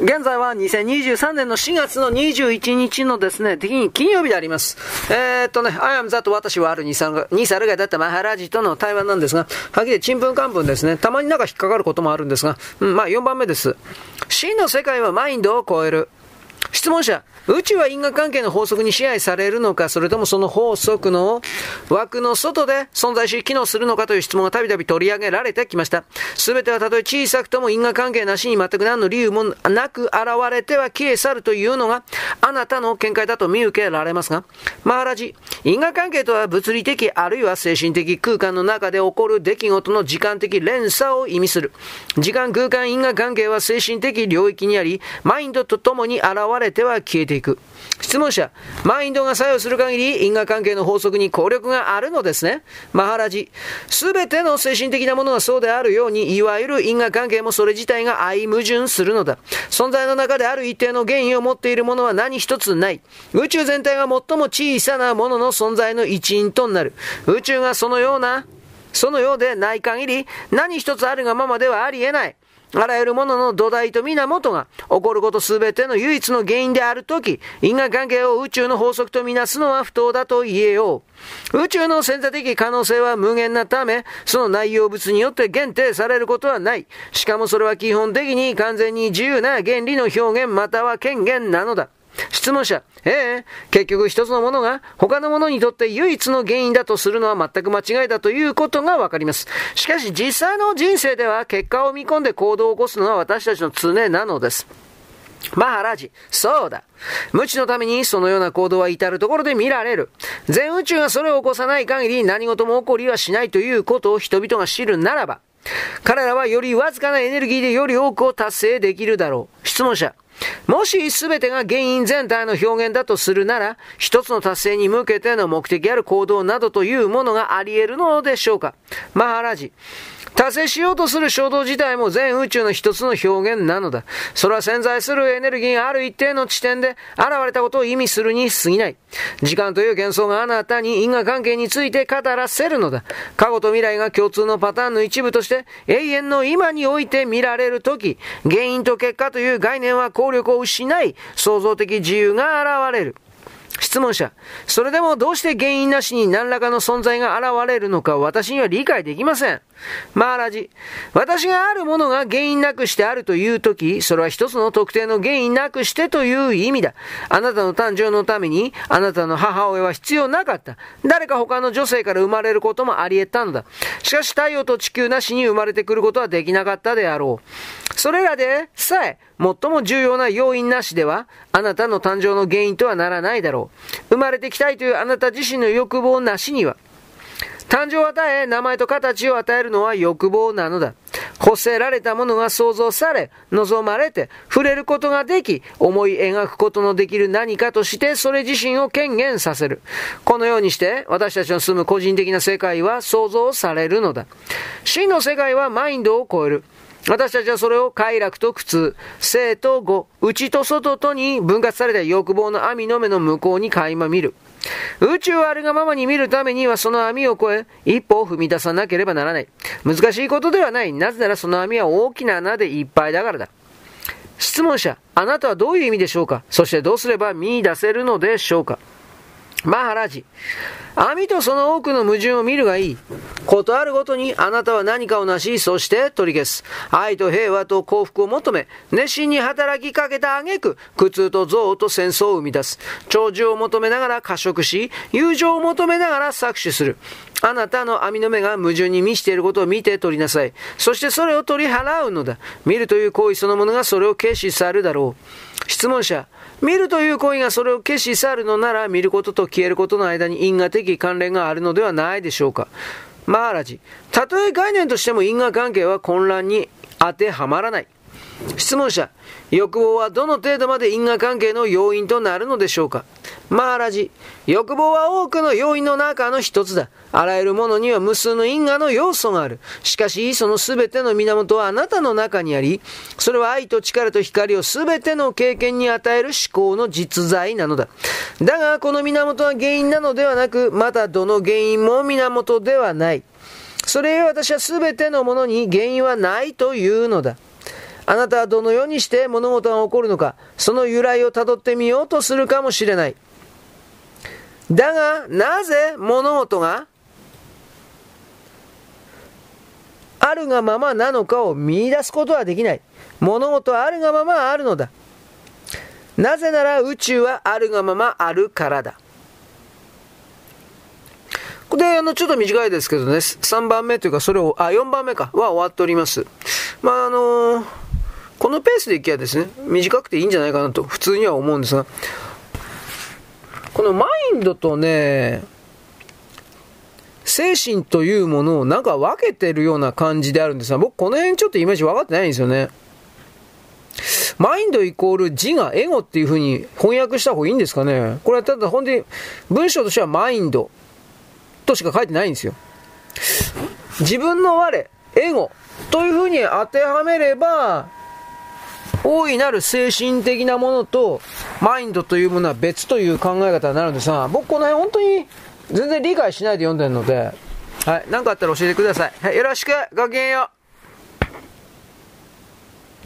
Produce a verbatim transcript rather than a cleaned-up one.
現在はにせんにじゅうさんねんのしがつのにじゅういちにちのですね、金曜日であります。えー、っとね、I am that 私はあるにサルガだったマハラジとの対話なんですが、はっきりちんぷんかんぷんですね。たまになんか引っかかることもあるんですが、うん、まあよんばんめです。真の世界はマインドを超える。質問者、宇宙は因果関係の法則に支配されるのか、それともその法則の枠の外で存在し機能するのかという質問がたびたび取り上げられてきました。すべてはたとえ小さくとも因果関係なしに全く何の理由もなく現れては消え去るというのがあなたの見解だと見受けられますが、マハラジ、因果関係とは物理的あるいは精神的空間の中で起こる出来事の時間的連鎖を意味する。時間空間因果関係は精神的領域にあり、マインドとともに現れては消えていく。質問者、マインドが作用する限り因果関係の法則に効力があるのですね。マハラジ、すべての精神的なものがそうであるように、いわゆる因果関係もそれ自体が相矛盾するのだ。存在の中である一定の原因を持っているものは何一つない。宇宙全体が最も小さなものの存在の一因となる。宇宙がそのようなそのようでない限り何一つあるがままではあり得ない。あらゆるものの土台と源が起こることすべての唯一の原因であるとき、因果関係を宇宙の法則とみなすのは不当だと言えよう。宇宙の潜在的可能性は無限なため、その内容物によって限定されることはない。しかもそれは基本的に完全に自由な原理の表現または権限なのだ。質問者、ええ、結局一つのものが他のものにとって唯一の原因だとするのは全く間違いだということがわかります。しかし実際の人生では結果を見込んで行動を起こすのは私たちの常なのです。マハラジ、そうだ。無知のためにそのような行動は至るところで見られる。全宇宙がそれを起こさない限り何事も起こりはしないということを人々が知るならば、彼らはよりわずかなエネルギーでより多くを達成できるだろう。質問者、もし全てが原因全体の表現だとするなら、一つの達成に向けての目的ある行動などというものがあり得るのでしょうか。マハラジ、達成しようとする衝動自体も全宇宙の一つの表現なのだ。それは潜在するエネルギーがある一定の地点で現れたことを意味するに過ぎない。時間という幻想があなたに因果関係について語らせるのだ。過去と未来が共通のパターンの一部として永遠の今において見られるとき、原因と結果という概念は効力を失い、創造的自由が現れる。質問者、それでもどうして原因なしに何らかの存在が現れるのか私には理解できません。マハラジ、私があるものが原因なくしてあるというとき、それは一つの特定の原因なくしてという意味だ。あなたの誕生のために、あなたの母親は必要なかった。誰か他の女性から生まれることもあり得たのだ。しかし太陽と地球なしに生まれてくることはできなかったであろう。それらでさえ、最も重要な要因なしでは、あなたの誕生の原因とはならないだろう。生まれてきたいというあなた自身の欲望なしには、誕生を与え、名前と形を与えるのは欲望なのだ。欲せられたものが創造され、望まれて、触れることができ、思い描くことのできる何かとして、それ自身を権限させる。このようにして、私たちの住む個人的な世界は創造されるのだ。真の世界はマインドを超える。私たちはそれを快楽と苦痛、生と語、内と外とに分割された欲望の網の目の向こうに垣間見る。宇宙をあるがままに見るためにはその網を越え、一歩を踏み出さなければならない。難しいことではない。なぜならその網は大きな穴でいっぱいだからだ。質問者、あなたはどういう意味でしょうか。そしてどうすれば見出せるのでしょうか。マハラジ、網とその多くの矛盾を見るがいい。ことあるごとにあなたは何かを成し、そして取り消す。愛と平和と幸福を求め、熱心に働きかけた挙句、苦痛と憎悪と戦争を生み出す。長寿を求めながら過食し、友情を求めながら搾取する。あなたの網の目が矛盾に満ちていることを見て取りなさい。そしてそれを取り払うのだ。見るという行為そのものがそれを消し去るだろう。質問者、見るという行為がそれを消し去るのなら、見ることと消えることの間に因果的関連があるのではないでしょうか。マハラジ、たとえ概念としても因果関係は混乱に当てはまらない。質問者、欲望はどの程度まで因果関係の要因となるのでしょうか。マハラジ、欲望は多くの要因の中の一つだ。あらゆるものには無数の因果の要素がある。しかし、そのすべての源はあなたの中にあり、それは愛と力と光をすべての経験に与える思考の実在なのだ。だが、この源は原因なのではなく、またどの原因も源ではない。それゆえ私はすべてのものに原因はないというのだ。 あなたはどのようにして物事が起こるのか、その由来をたどってみようとするかもしれない。だが、なぜ物事があるがままなのかを見出すことはできない。物事はあるがままあるのだ。なぜなら宇宙はあるがままあるからだ。これで、あの、ちょっと短いですけどね、さんばんめというか、それを、あ、よんばんめか、は終わっております。まあ、あのー、このペースでいけばですね、短くていいんじゃないかなと、普通には思うんですが、このマインドとね、精神というものをなんか分けてるような感じであるんですが、僕この辺ちょっとイメージ分かってないんですよね。マインドイコール自我、エゴっていう風に翻訳した方がいいんですかね。これはただ本当に文章としてはマインドとしか書いてないんですよ。自分の我、エゴという風に当てはめれば、大いなる精神的なものとマインドというものは別という考え方になるんですが、僕この辺本当に全然理解しないで読んでるので、はい、何かあったら教えてください。はい、よろしく、ごきげんよう。